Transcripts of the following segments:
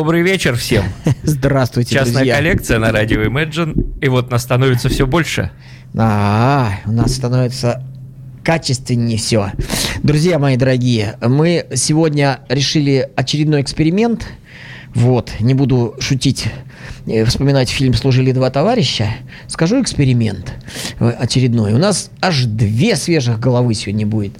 Добрый вечер всем. Здравствуйте, Частная друзья. коллекция на радио Imagine. И вот нас становится все больше. У нас становится качественнее все. Друзья мои дорогие, мы сегодня решили очередной эксперимент. Вот, не буду шутить, вспоминать фильм «Служили два товарища». Скажу эксперимент очередной. У нас аж 2 свежих головы сегодня будет.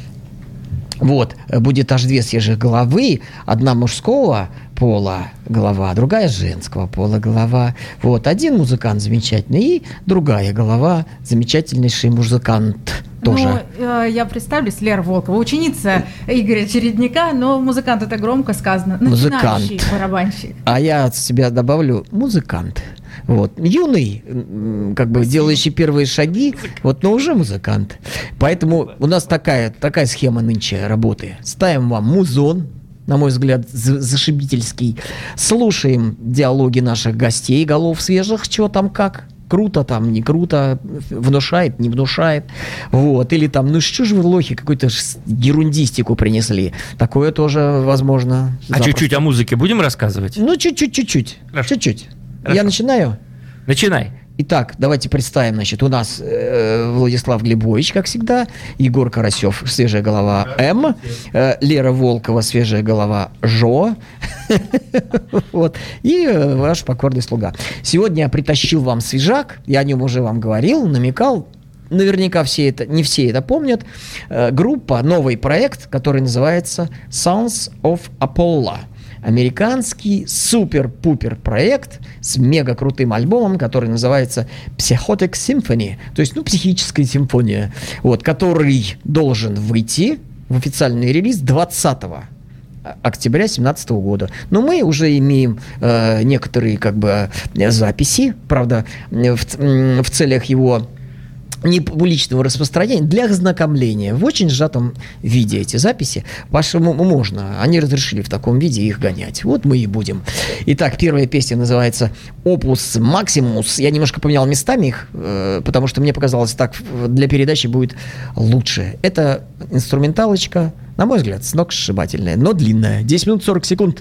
Вот, будет аж 2 свежих головы. Одна мужского пола голова, другая женского пола голова. Вот, один музыкант замечательный и другая голова, замечательнейший музыкант тоже. Ну, я представлюсь, Лера Волкова, ученица Игоря Чередника, но музыкант — это громко сказано. Начинающий барабанщик. А я от себя добавлю музыкант. Вот. Юный, как бы делающий первые шаги, вот, но уже музыкант. Поэтому у нас такая схема нынче работы. Ставим вам музон, на мой взгляд, зашибительский. Слушаем диалоги наших гостей, голов свежих, что там как. Круто там, не круто, внушает, не внушает. Вот. Или там, ну что же вы, лохи, какую-то ерундистику принесли. Такое тоже возможно. А чуть-чуть о музыке будем рассказывать? Ну, чуть-чуть. Хорошо. Чуть-чуть. Хорошо. Я начинаю? Начинай. Итак, давайте представим, значит, у нас Владислав Глебович, как всегда, Егор Карасев, свежая голова М, Лера Волкова, свежая голова Жо, вот, и ваш покорный слуга. Сегодня я притащил вам свежак, я о нем уже вам говорил, намекал, наверняка не все это помнят, группа, новый проект, который называется Sons of Apollo. Американский супер-пупер проект с мега крутым альбомом, который называется Psychotic Symphony, то есть, психическая симфония, вот, который должен выйти в официальный релиз 20 октября 2017 года. Но мы уже имеем некоторые, записи, правда, в целях его не публичного распространения, для ознакомления. В очень сжатом виде эти записи. По-вашему, можно. Они разрешили в таком виде их гонять. Вот мы и будем. Итак, первая песня называется Opus Maximus. Я немножко поменял местами их, потому что мне показалось, так для передачи будет лучше. Это инструменталочка, на мой взгляд, сногсшибательная, но длинная. 10 минут 40 секунд.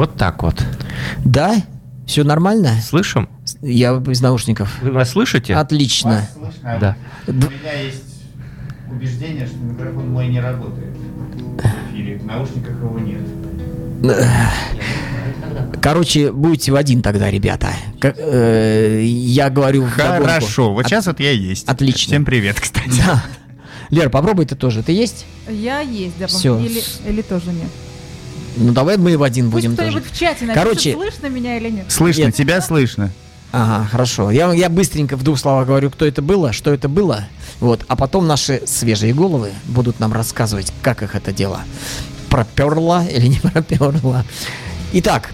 Вот так вот. Да? Все нормально? Слышим? Я из наушников. Вы нас слышите? Отлично. Вас слышно? Да. У меня есть убеждение, что микрофон мой не работает в эфире. В наушниках его нет. Короче, будете в один тогда, ребята. Я говорю вдогонку. Хорошо, вот сейчас вот я есть. Отлично. Всем привет, кстати. Да. Лер, попробуй ты тоже. Ты есть? Я есть, да. Всё. Или тоже нет. Ну давай мы в один Пусть будем тоже. кто-нибудь в чате напишет, Короче, слышно меня или нет. Слышно, Нет. тебя слышно. Ага, хорошо. Я быстренько в двух словах говорю, кто это было, что это было. Вот, а потом наши свежие головы будут нам рассказывать, как их это дело проперло или не проперло. Итак,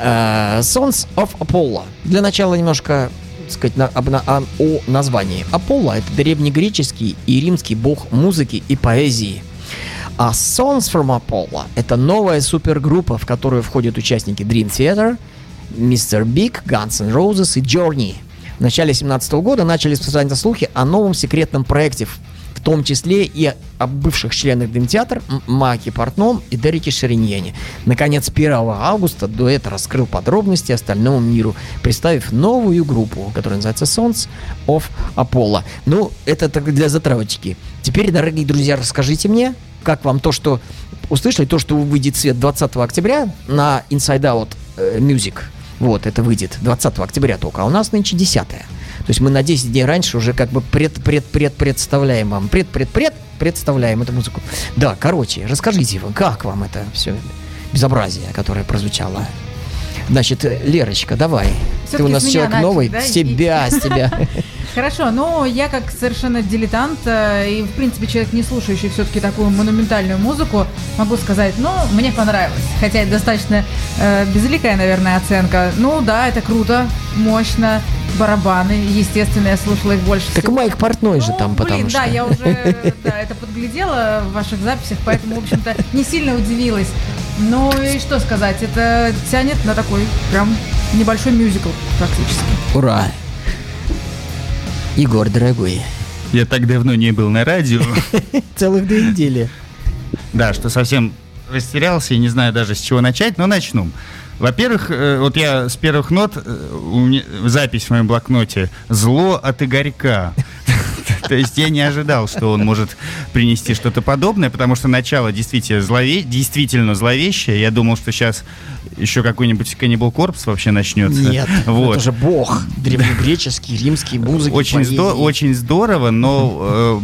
Sons of Apollo. Для начала немножко, так сказать, о названии. Аполло — это древнегреческий и римский бог музыки и поэзии. А Sons from Apollo — это новая супергруппа, в которую входят участники Dream Theater, Mr. Big, Guns N' Roses и Journey. В начале 2017 года начали распространяться слухи о новом секретном проекте, в том числе и о бывших членах Dream Theater Маке Портном и Дереке Шариньяне. Наконец, 1 августа дуэт раскрыл подробности остальному миру, представив новую группу, которая называется Sons of Apollo. Ну, это так для затравочки. Теперь, дорогие друзья, расскажите мне, как вам то, что услышали, то, что выйдет в свет 20 октября на Inside Out Music. Вот, это выйдет 20 октября только, а у нас нынче 10-е. То есть мы на 10 дней раньше уже как бы представляем вам, представляем эту музыку. Да, короче, расскажите вам, как вам это все безобразие, которое прозвучало. Значит, Лерочка, давай. Всё-таки Ты у нас с меня человек начать, новый, да? с тебя. Хорошо, но я как совершенно дилетант и, в принципе, человек, не слушающий все-таки такую монументальную музыку, могу сказать, мне понравилось. Хотя это достаточно безликая, наверное, оценка. Ну да, это круто, мощно, барабаны, естественно, я слушала их больше Так всего. Майк Портной же там, потому что... Да, я уже это подглядела в ваших записях, поэтому, в общем-то, не сильно удивилась. Ну и что сказать, это тянет на такой прям небольшой мюзикл практически. Ура! Егор, дорогой. Я так давно не был на радио. Целых 2 недели. Да, что совсем растерялся и не знаю даже с чего начать, но начну. Во-первых, вот я с первых нот, у меня запись в моем блокноте «Зло от Игорька». То есть я не ожидал, что он может принести что-то подобное, потому что начало действительно зловещее. Я думал, что сейчас еще какой-нибудь Cannibal Corpse вообще начнется. Нет, вот. это же бог древнегреческий, римский, музыки, Очень здорово, но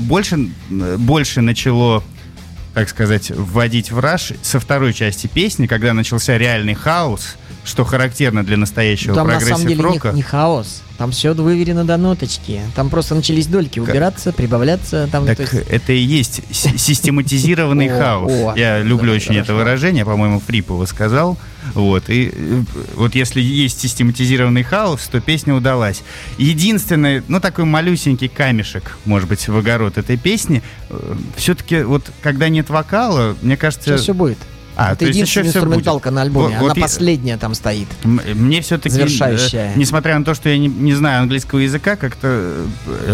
больше начало, так сказать, вводить в раж со второй части песни, когда начался реальный хаос, что характерно для настоящего там на самом деле прогрессив-рока. не хаос, там все выверено до ноточки. Там просто начались дольки убираться, прибавляться. Там, Так то есть... это и есть систематизированный хаос. Я люблю очень это выражение, по-моему, Фрипова сказал. Вот. И вот если есть систематизированный хаос, то песня удалась. Единственный, такой малюсенький камешек, может быть, в огород этой песни, все-таки вот когда нет вокала, мне кажется... Сейчас все будет. Это единственная инструменталка на альбоме. Она последняя там стоит. Мне все-таки, завершающая. Несмотря на то, что я не знаю английского языка, как-то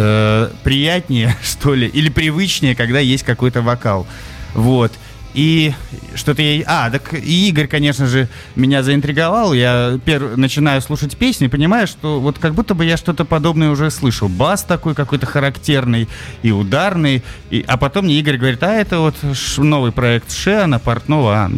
приятнее, что ли, или привычнее, когда есть какой-то вокал. Вот. И что-то я... так и Игорь, конечно же, меня заинтриговал. Я начинаю слушать песню и понимаю, что вот как будто бы я что-то подобное уже слышал. Бас такой какой-то характерный и ударный. А потом мне Игорь говорит, это вот новый проект Шеана, Портнова.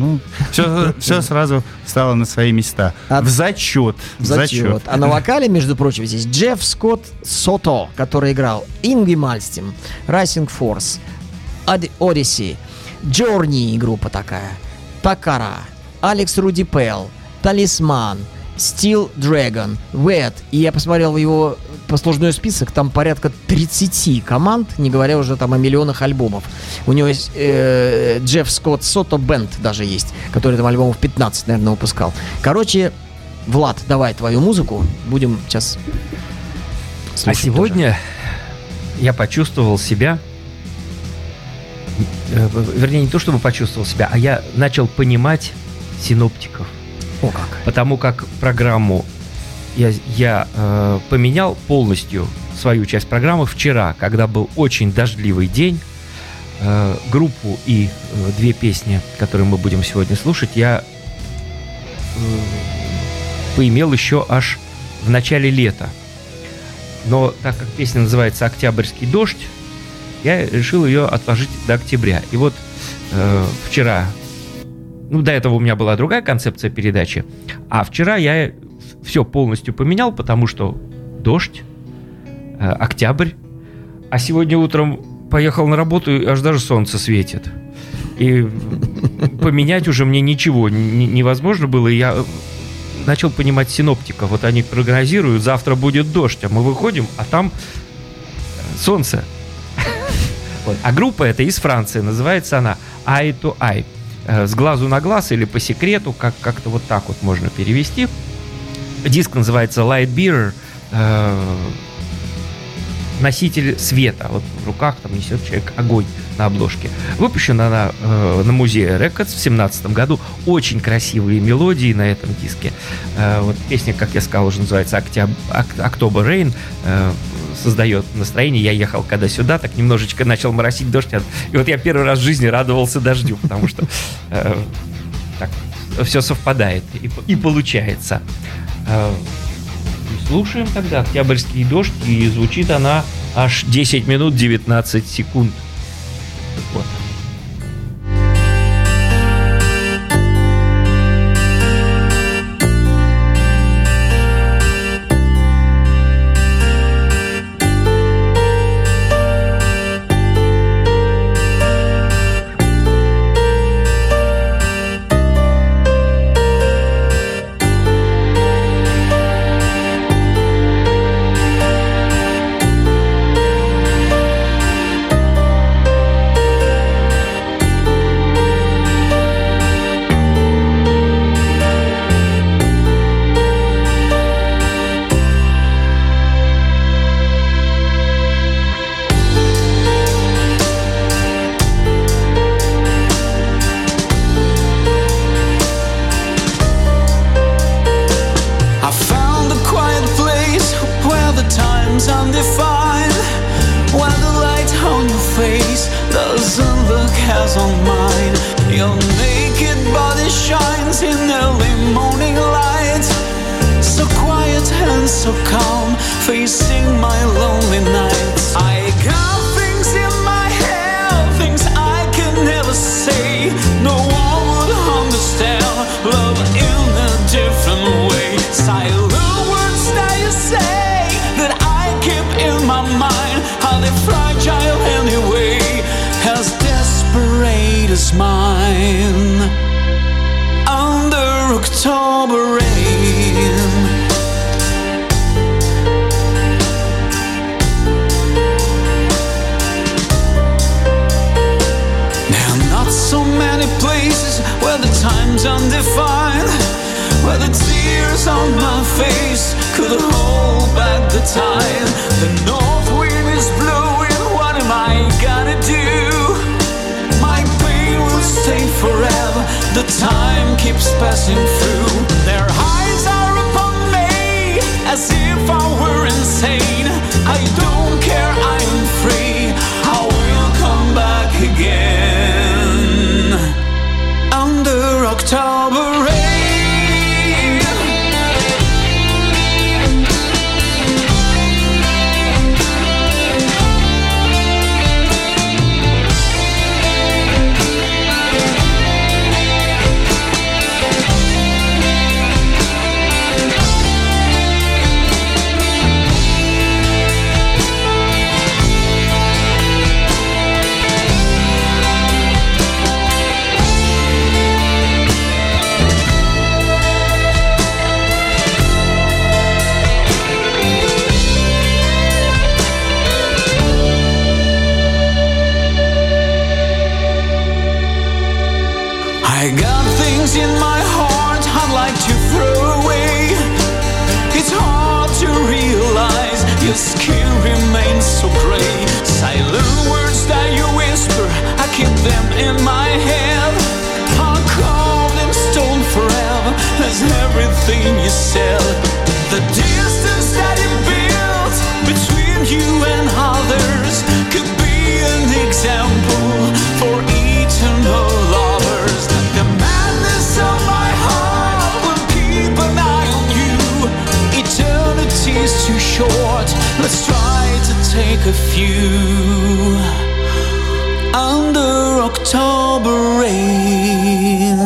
Все сразу стало на свои места. В зачет. А на вокале, между прочим, здесь Джефф Скотт Сото, который играл Ингви Мальстим, Rising Force, Odyssey, Journey группа такая, Такара, Алекс Руди Пелл, Талисман, Steel Dragon, Wet. И я посмотрел его послужной список, там порядка 30 команд, не говоря уже там о миллионах альбомов. У него есть Джефф Скотт Сото Бенд даже есть, который там альбомов 15, наверное, выпускал. Короче, Влад, давай твою музыку, будем сейчас слушать. А сегодня я почувствовал себя... Вернее, не то, чтобы почувствовал себя, а я начал понимать синоптиков. О как. Потому как программу я поменял полностью свою часть программы вчера, когда был очень дождливый день. Группу и 2 песни, которые мы будем сегодня слушать, я поимел еще аж в начале лета. Но так как песня называется «Октябрьский дождь», я решил ее отложить до октября. И вот вчера, до этого у меня была другая концепция передачи, а вчера я все полностью поменял, потому что дождь, октябрь, а сегодня утром поехал на работу, и аж даже солнце светит. И поменять уже мне ничего невозможно было, и я начал понимать синоптика. Вот они прогнозируют, завтра будет дождь, а мы выходим, а там солнце. Вот. А группа эта из Франции, называется она Eye to Eye. С глазу на глаз или по секрету, как-то вот так вот можно перевести. Диск называется Light Bearer, носитель света. Вот в руках там несет человек огонь на обложке. Выпущена она на музее Records в 2017 году. Очень красивые мелодии на этом диске. Вот песня, как я сказал, уже называется October Rain. Создает настроение. Я ехал когда сюда, так немножечко начал моросить дождь. И вот я первый раз в жизни радовался дождю, потому что так все совпадает и получается. Слушаем тогда «Октябрьский дождь», и звучит она аж 10 минут 19 секунд. Вот. For eternal lovers, the madness of my heart will with you under October rain.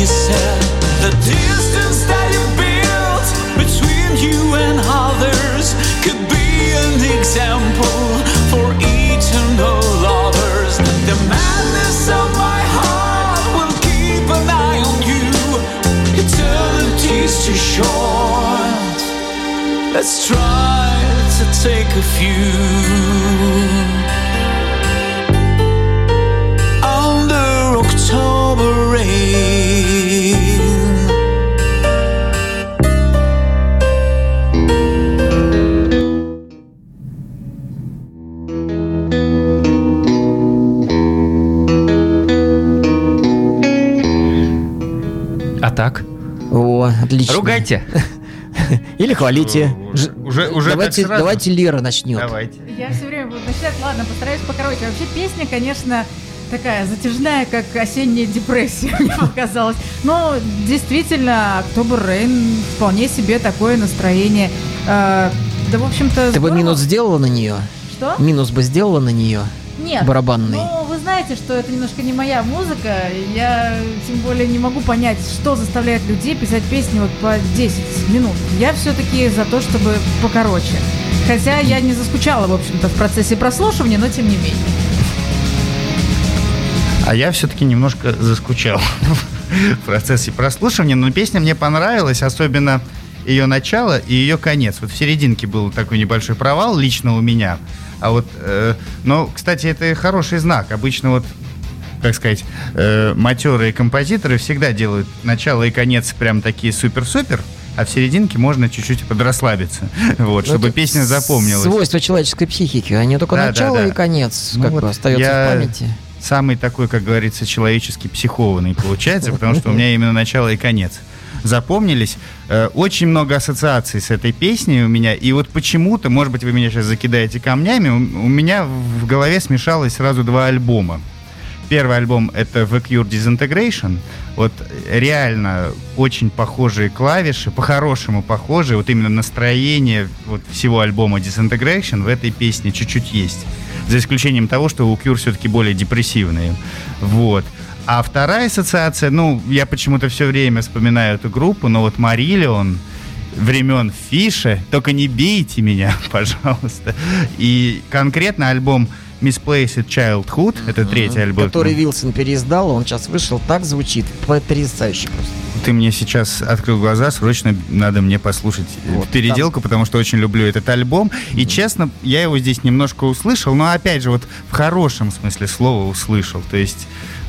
you said the distance that you built between you and others could be an example for eternal lovers. The madness of my heart will keep an eye on you. Eternity's too short. Let's try to take a few. Under October rain. А так? О, отлично. Ругайте. Или хвалите. Уже Давайте, так сразу? давайте Лера начнет. Давайте. Я все время буду начинать, ладно, постараюсь покороче. Вообще песня, конечно, такая затяжная, как осенняя депрессия, мне показалось. Но действительно, October Rain вполне себе такое настроение. Да, в общем-то, Ты бы здорово. минус сделала на нее? Что? Минус бы сделала на нее? Нет. Барабанный. Ну, вы знаете, что это немножко не моя музыка. Я, тем более, не могу понять, что заставляет людей писать песни вот по 10 минут. Я все-таки за то, чтобы покороче. Хотя я не заскучала, в общем-то, в процессе прослушивания, но тем не менее. А я все-таки немножко заскучал в процессе прослушивания, но песня мне понравилась, особенно ее начало и ее конец. Вот в серединке был такой небольшой провал лично у меня. А вот, но, кстати, это хороший знак. Обычно вот, как сказать, матерые композиторы всегда делают начало и конец прям такие супер-супер, а в серединке можно чуть-чуть подрасслабиться, вот, чтобы песня запомнилась. Свойство человеческой психики. Они только Да, начало да, да. и конец, Ну как вот бы остается я- в памяти. Самый такой, как говорится, человечески психованный получается, потому что у меня именно начало и конец запомнились. Очень много ассоциаций с этой песней у меня. И вот почему-то, может быть, вы меня сейчас закидаете камнями, у меня в голове смешалось сразу два альбома. Первый альбом — это The Cure Disintegration. Вот реально очень похожие клавиши, по-хорошему похожие. Вот именно настроение вот всего альбома Disintegration в этой песне чуть-чуть есть. За исключением того, что у Cure все-таки более депрессивные. Вот. А вторая ассоциация, ну, я почему-то все время вспоминаю эту группу, но вот Marillion времен Фиша, только не бейте меня, пожалуйста. И конкретно альбом Misplaced Childhood, это третий альбом. Который Вилсон переиздал, он сейчас вышел, так звучит, потрясающе просто. Ты мне сейчас открыл глаза, срочно надо мне послушать Вот, переделку, потому что очень люблю этот альбом. И честно, я его здесь немножко услышал, но опять же, вот в хорошем смысле слова услышал. То есть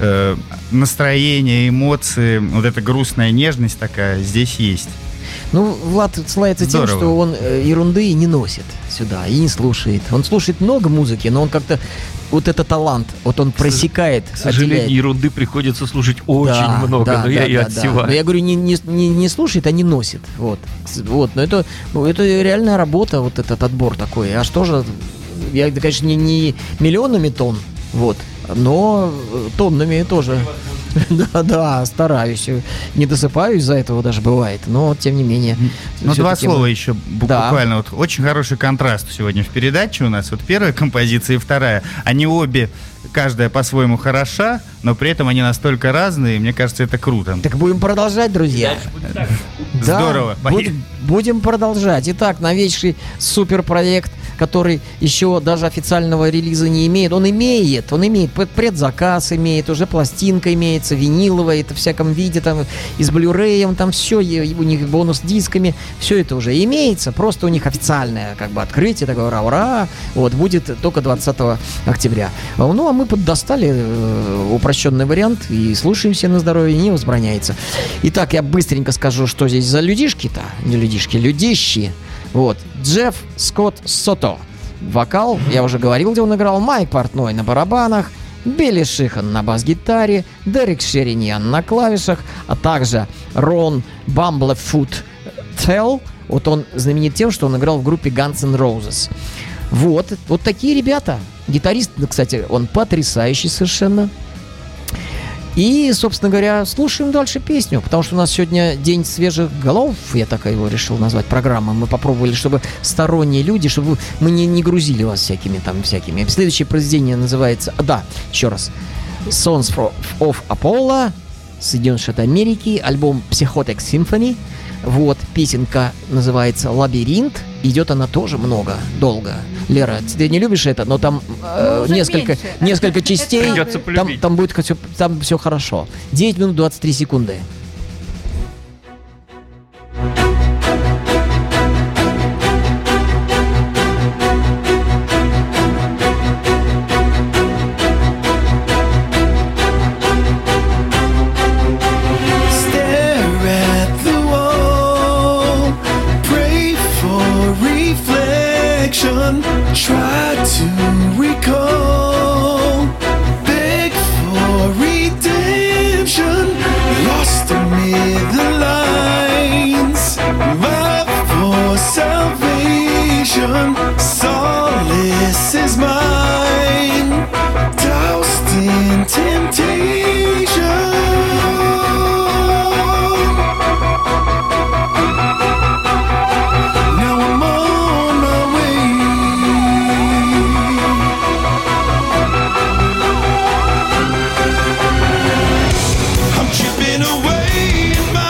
настроение, эмоции, вот эта грустная нежность такая здесь есть. Ну, Влад славится тем, Здорово. что он ерунды не носит сюда и не слушает. Он слушает много музыки, но он как-то вот этот талант, вот он просекает, К сожалению, отделяет. ерунды приходится слушать очень Да, много, да, но я да, ее да, отсеваю. да. Но я говорю, не слушает, а не носит. Вот. Но это реальная работа, вот этот отбор такой. А что же, я, конечно, не миллионами тонн, вот, но тоннами тоже. Да, стараюсь. Не досыпаю из-за этого даже бывает, но тем не менее. Ну, два всё-таки слова мы- еще Да. буквально. Вот очень хороший контраст сегодня в передаче у нас. Вот первая композиция и вторая. Они обе, каждая по-своему хороша, но при этом они настолько разные, мне кажется, это круто. Так будем продолжать, друзья. Да, Здорово. Будем продолжать. Итак, новейший суперпроект, который еще даже официального релиза не имеет. Он имеет предзаказ, имеет, уже пластинка имеется, виниловая, это в всяком виде, там, и с блюреем, там все, у них бонус-дисками, все это уже имеется, просто у них официальное, как бы, открытие, такое, ура-ура, вот, будет только 20 октября. Ну, а мы поддостали упрощенный вариант и слушаем все на здоровье, не возбраняется. Итак, я быстренько скажу, что здесь за людишки-то, не людишки, людищи. Вот, Джефф Скотт Сото. Вокал, я уже говорил, где он играл. Майк Портной на барабанах, Билли Шихан на бас-гитаре, Дерек Шериньян на клавишах, а также Рон Бамблефут Телл. Вот он знаменит тем, что он играл в группе Guns N' Roses. Вот такие ребята. Гитарист, кстати, он потрясающий совершенно. И, собственно говоря, слушаем дальше песню, потому что у нас сегодня день свежих голов, я так его решил назвать программой. Мы попробовали, чтобы сторонние люди, чтобы мы не грузили вас всякими. Следующее произведение называется, еще раз, Songs of Apollo, Соединенных Штатов Америки, альбом Psychotic Symphony. Вот, песенка называется «Лабиринт». Идет она тоже долго. Лера, ты не любишь это, но там уже несколько частей. Придется полюбить. Там будет там все хорошо. 9 минут 23 секунды. Stare at the wall, pray for reflection, try to recall, beg for redemption, lost amid the lines, love for salvation, solace is mine, doused in temptation. Now I'm on my way. I'm chipping away at my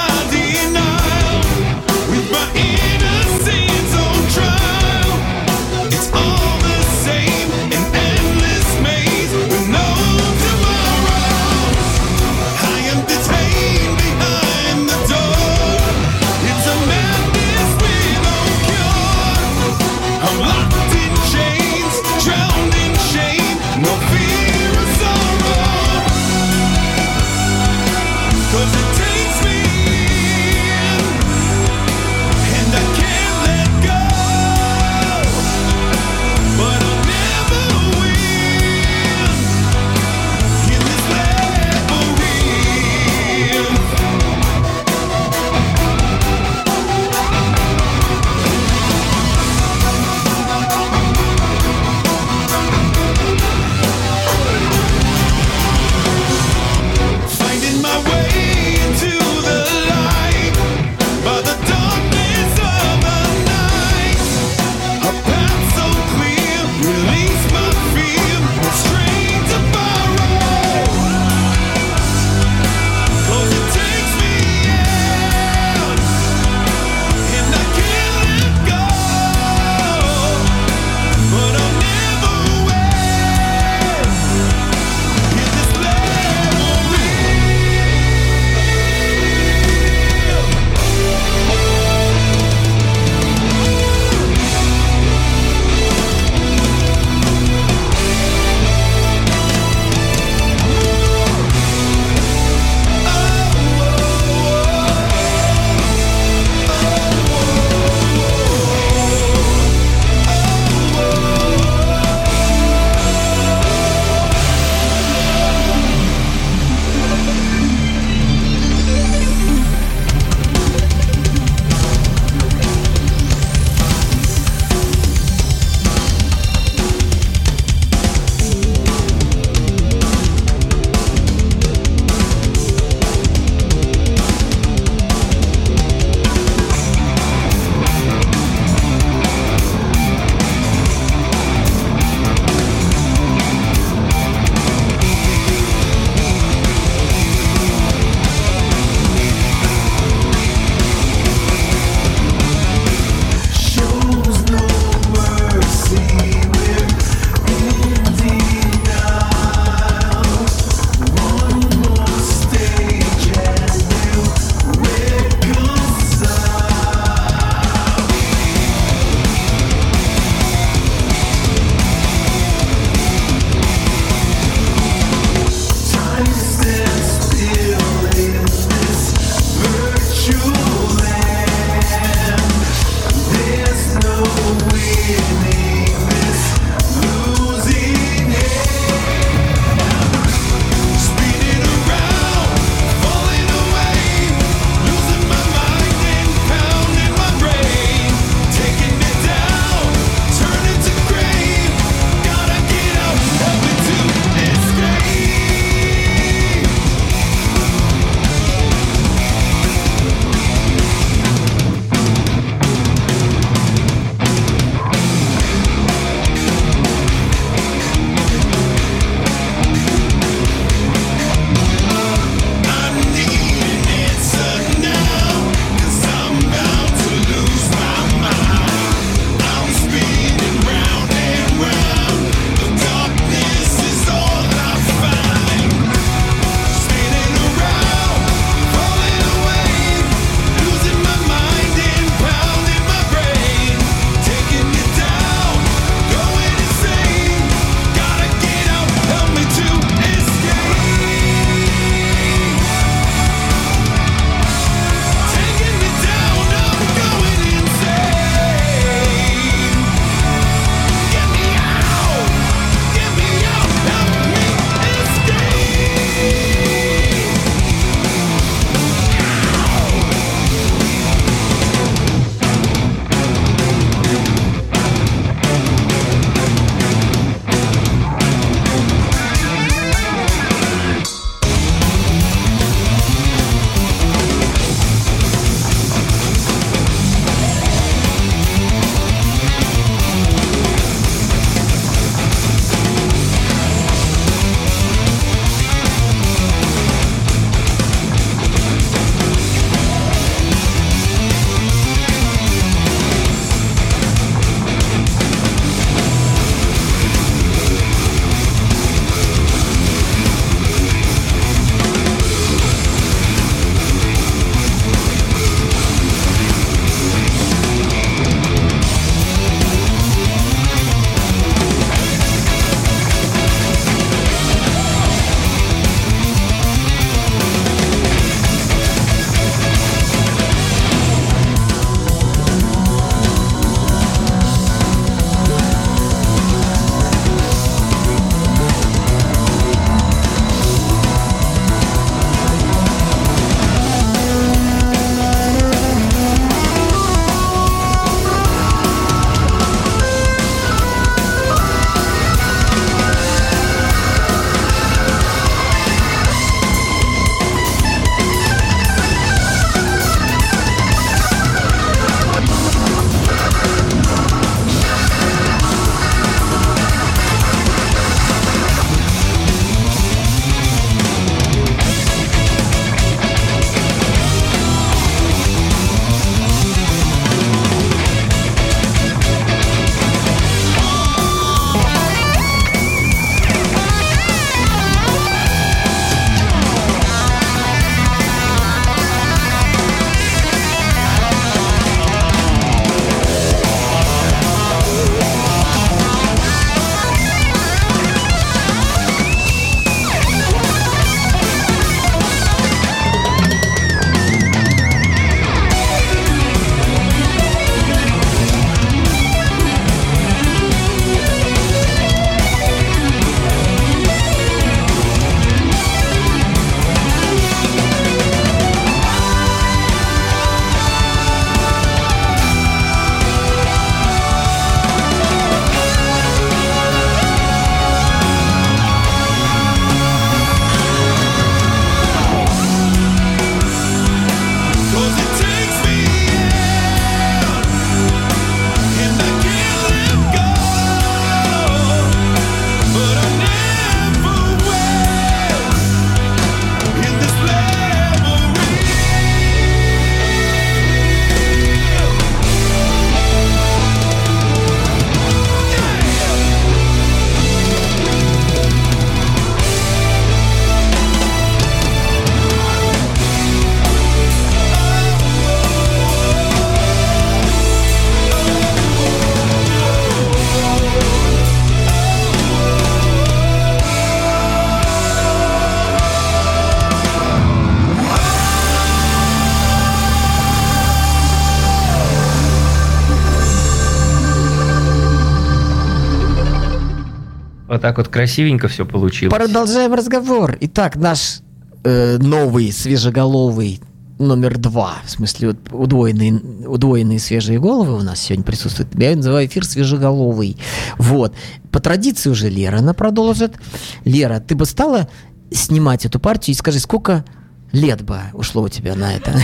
Вот так вот красивенько все получилось. Продолжаем разговор. Итак, наш новый, свежеголовый номер 2, в смысле вот удвоенные свежие головы у нас сегодня присутствуют. Я называю эфир свежеголовый. Вот. По традиции уже Лера она продолжит. Лера, ты бы стала снимать эту партию и скажи, сколько лет бы ушло у тебя на это?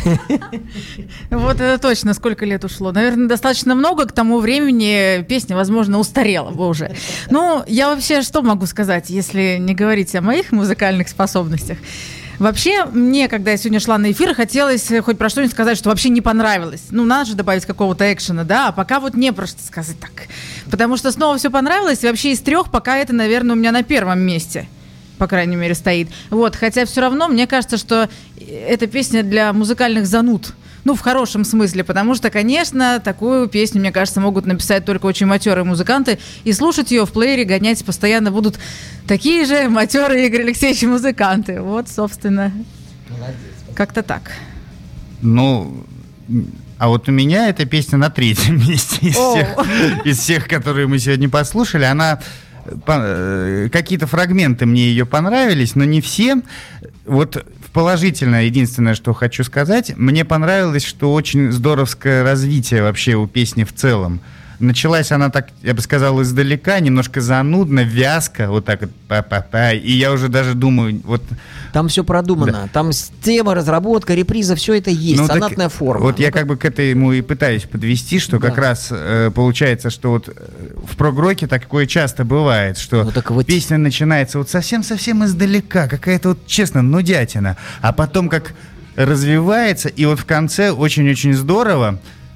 Вот это точно, сколько лет ушло. Наверное, достаточно много. К тому времени песня, возможно, устарела бы уже. Ну, я вообще что могу сказать, если не говорить о моих музыкальных способностях? Вообще, мне, когда я сегодня шла на эфир, хотелось хоть про что-нибудь сказать, что вообще не понравилось. Ну, надо же добавить какого-то экшена, да, а пока вот не про что сказать так. Потому что снова все понравилось, и вообще из 3 пока это, наверное, у меня на первом месте, по крайней мере, стоит. Вот, хотя все равно мне кажется, что эта песня для музыкальных зануд. Ну, в хорошем смысле, потому что, конечно, такую песню, мне кажется, могут написать только очень матерые музыканты, и слушать ее в плеере, гонять постоянно будут такие же матерые, Игорь Алексеевич, музыканты. Вот, собственно, как-то так. Ну, а вот у меня эта песня на 3-м месте из всех, которые мы сегодня послушали. Она... Какие-то фрагменты мне ее понравились, но не все. Вот положительное, единственное, что хочу сказать, мне понравилось, что очень здоровское развитие вообще у песни в целом. Началась она так, я бы сказал, издалека, немножко занудно, вязко, вот так вот, па-па-па, и я уже даже думаю, вот... Там все продумано, да. Там тема, разработка, реприза, все это есть, ну, сонатная так, форма. Вот я как бы к этому и пытаюсь подвести, что как раз получается, что вот в прог-роке такое часто бывает, что вот песня начинается вот совсем-совсем издалека, какая-то вот, честно, нудятина, а потом как развивается, и вот в конце очень-очень здорово,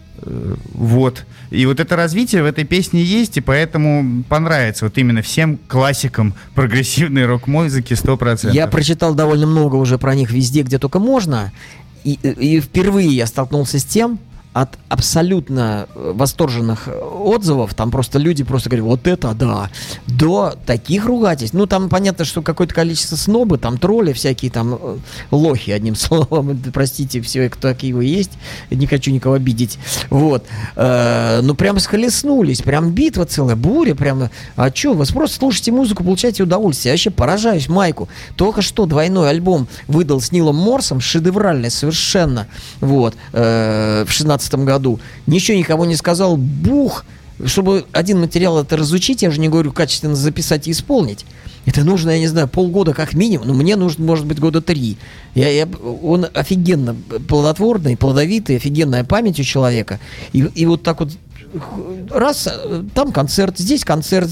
вот. И вот это развитие в этой песне есть, и поэтому понравится вот именно всем классикам прогрессивной рок-музыки 100%. Я прочитал довольно много уже про них везде, где только можно, и впервые я столкнулся с тем, от абсолютно восторженных отзывов, там просто люди просто говорят, вот это да, до таких ругательств. Ну, там понятно, что какое-то количество снобы, там тролли всякие, там лохи, одним словом, простите, все, кто такие вы есть, не хочу никого обидеть. Вот. Ну, прям схлестнулись, прям битва целая, буря, прям, а что, вы просто слушайте музыку, получайте удовольствие. Я вообще поражаюсь Майку. Только что двойной альбом выдал с Нилом Морсом, шедевральный совершенно, вот, в 16 году. Ничего никому не сказал, бух, чтобы один материал это разучить, я же не говорю качественно записать и исполнить. Это нужно, я не знаю, полгода как минимум, но мне нужно, может быть, года 3. Он офигенно плодотворный, плодовитый, офигенная память у человека. И вот так вот раз, там концерт, здесь,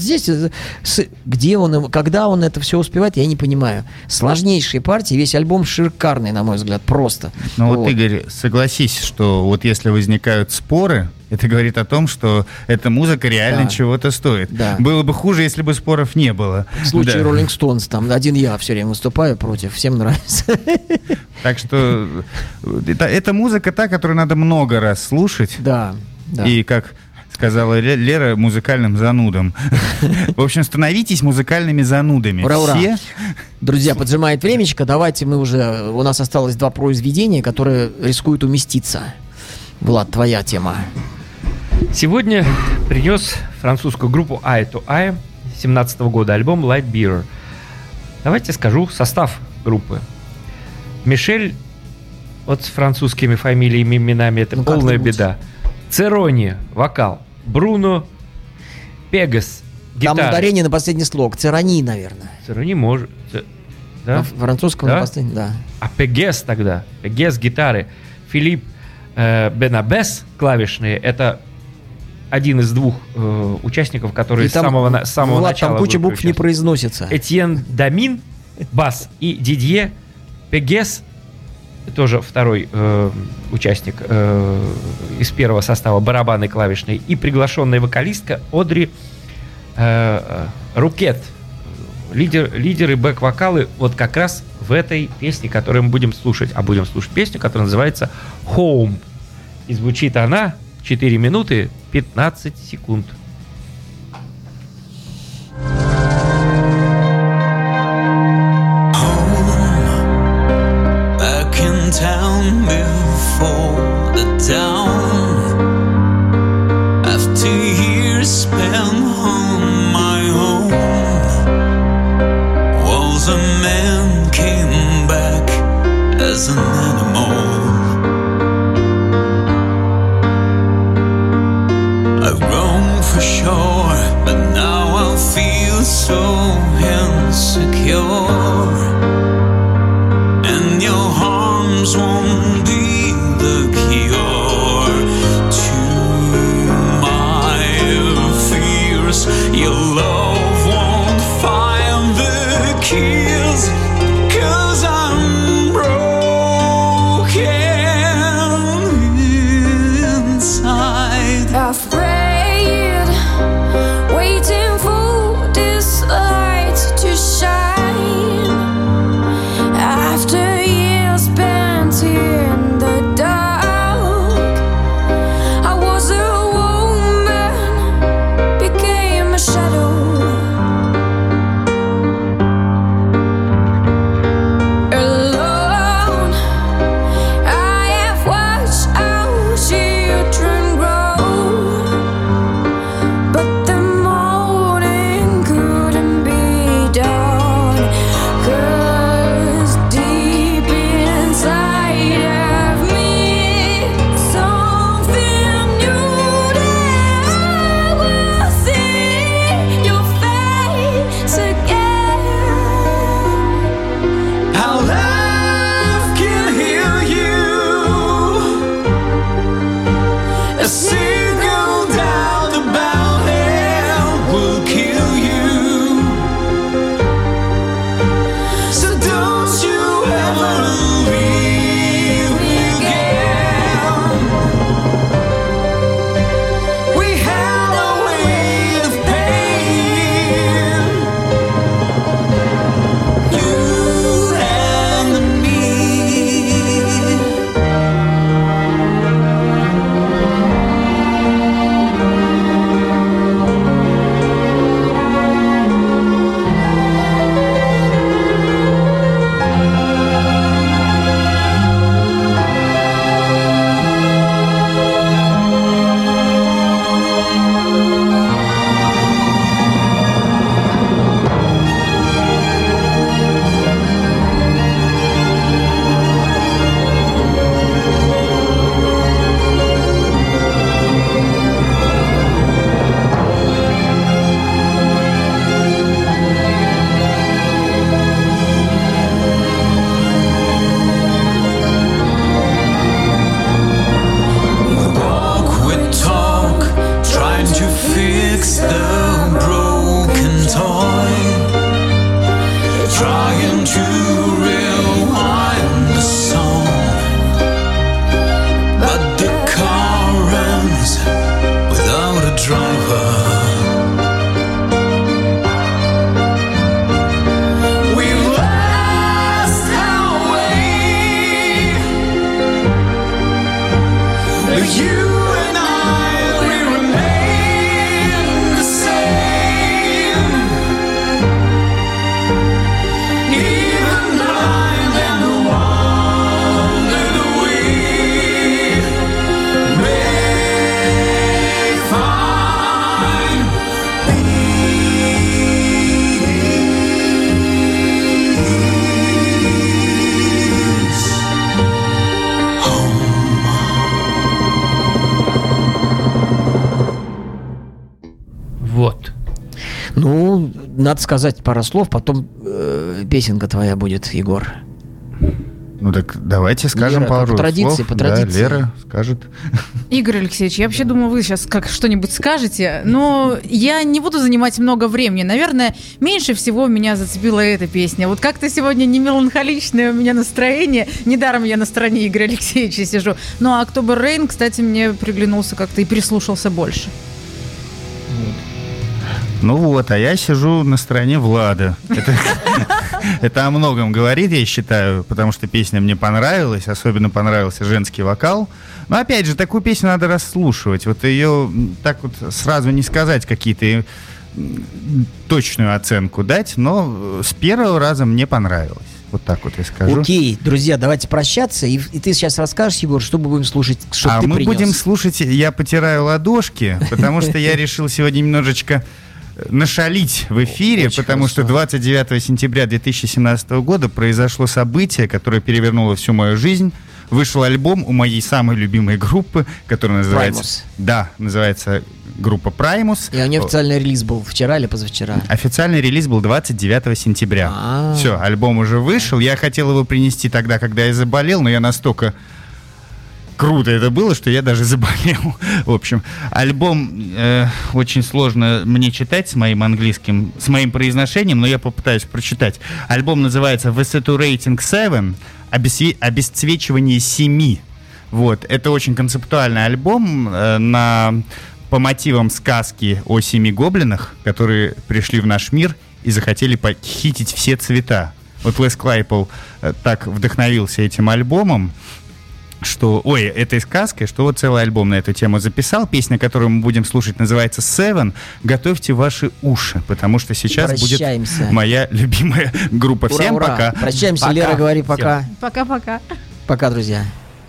где он, когда он это все успевает, я не понимаю. Сложнейшие партии, весь альбом шикарный, на мой взгляд, просто. Ну вот, Игорь, согласись, что вот если возникают споры, это говорит о том, что эта музыка реально чего-то стоит. Да. Было бы хуже, если бы споров не было. В случае Rolling Stones, там один я все время выступаю против, всем нравится. Так что это музыка та, которую надо много раз слушать. Да. И как сказала Лера, музыкальным занудам. В общем, становитесь музыкальными занудами. Ура, ура. Все. Друзья, поджимает времечко. Давайте у нас осталось 2 произведения, которые рискуют уместиться. Влад, твоя тема. Сегодня принес французскую группу Eye to Eye 2017 года альбом Light Bearer. Давайте скажу состав группы. Мишель, вот с французскими фамилиями, именами, это полная беда. Церони, вокал. Бруно, Пегас, гитара. Там ударение на последний слог. Церони, наверное. Церони может. Да? На французском на последний, да. А Пегас тогда. Пегас, гитары. Филипп Бенабес, клавишные. Это один из 2 участников, которые с самого Влад, начала... там куча букв не произносится. Этьен Дамин, бас, и Дидье Пегас, тоже второй участник из первого состава, барабаны клавишные, и приглашенная вокалистка Одри Рукет, лидер и бэк-вокалы вот как раз в этой песне, которую мы будем слушать. А будем слушать песню, которая называется «Home». И звучит она 4 минуты 15 секунд. Town before the dawn, after years spent on my own, an animal. I've grown for sure, but now I feel so insecure. And your arms won't be the cure to my fears. Your love won't find the keys, 'cause I'm broken inside. Afraid, waiting for this light to shine. After years spent in the dark, I was a woman, became a shadow. Alone, I have watched our children grow, but the morning couldn't be done, 'cause deep inside of me, something new that I will see your face again. How love can heal you. A single doubt about it will kill you. So don't you ever leave me again. We had a way of pain, you and me. We walk, we talk, trying to fix the broken toy, trying to rewind the song, but the car runs without a driver. We lost our way, but you and I, we remain the same. Even blind and wandered, we may find peace. Вот. Ну, надо сказать пару слов, потом песенка твоя будет, Егор. Ну так давайте скажем Лера, пару по традиции, слов. по Да, традиции. Лера скажет. Игорь Алексеевич, я вообще думаю, вы сейчас как что-нибудь скажете, но я не буду занимать много времени. Наверное, меньше всего меня зацепила эта песня. Вот как-то сегодня не меланхоличное у меня настроение. Недаром я на стороне Игоря Алексеевича сижу. Ну а October Rain, кстати, мне приглянулся как-то и прислушался больше. Ну вот, а я сижу на стороне Влада. Это о многом говорит, я считаю, потому что песня мне понравилась, особенно понравился женский вокал. Но опять же, такую песню надо расслушивать. Вот ее так вот сразу не сказать, какие-то точную оценку дать, но с первого раза мне понравилось. Вот так вот я скажу. Окей, друзья, давайте прощаться. И ты сейчас расскажешь, Егор, что мы будем слушать, что А ты мы принес. будем слушать «Я потираю ладошки», потому что я решил сегодня немножечко нашалить в эфире, Очень потому что хорошо. 29 сентября 2017 года произошло событие, которое перевернуло всю мою жизнь. Вышел альбом у моей самой любимой группы, которая называется... Primus. Да, называется группа Primus. И у нее официальный релиз был вчера или позавчера? Официальный релиз был 29 сентября. А. Все, альбом уже вышел. Я хотел его принести тогда, когда я заболел, но я настолько... Круто это было, что я даже заболел. В общем, альбом очень сложно мне читать с моим английским, с моим произношением, но я попытаюсь прочитать. Альбом называется Vesaturating 7, обесцвечивание 7. Вот, это очень концептуальный альбом по мотивам сказки о 7 гоблинах, которые пришли в наш мир и захотели похитить все цвета. Вот Лес Клайпол так вдохновился этим альбомом, что, этой сказкой, что вот целый альбом на эту тему записал. Песня, которую мы будем слушать, называется Seven. Готовьте ваши уши, потому что сейчас Прощаемся. будет моя любимая группа. Ура, Всем ура. пока. Прощаемся, Пока. Лера, говори Всем. пока. Пока-пока. Пока, друзья.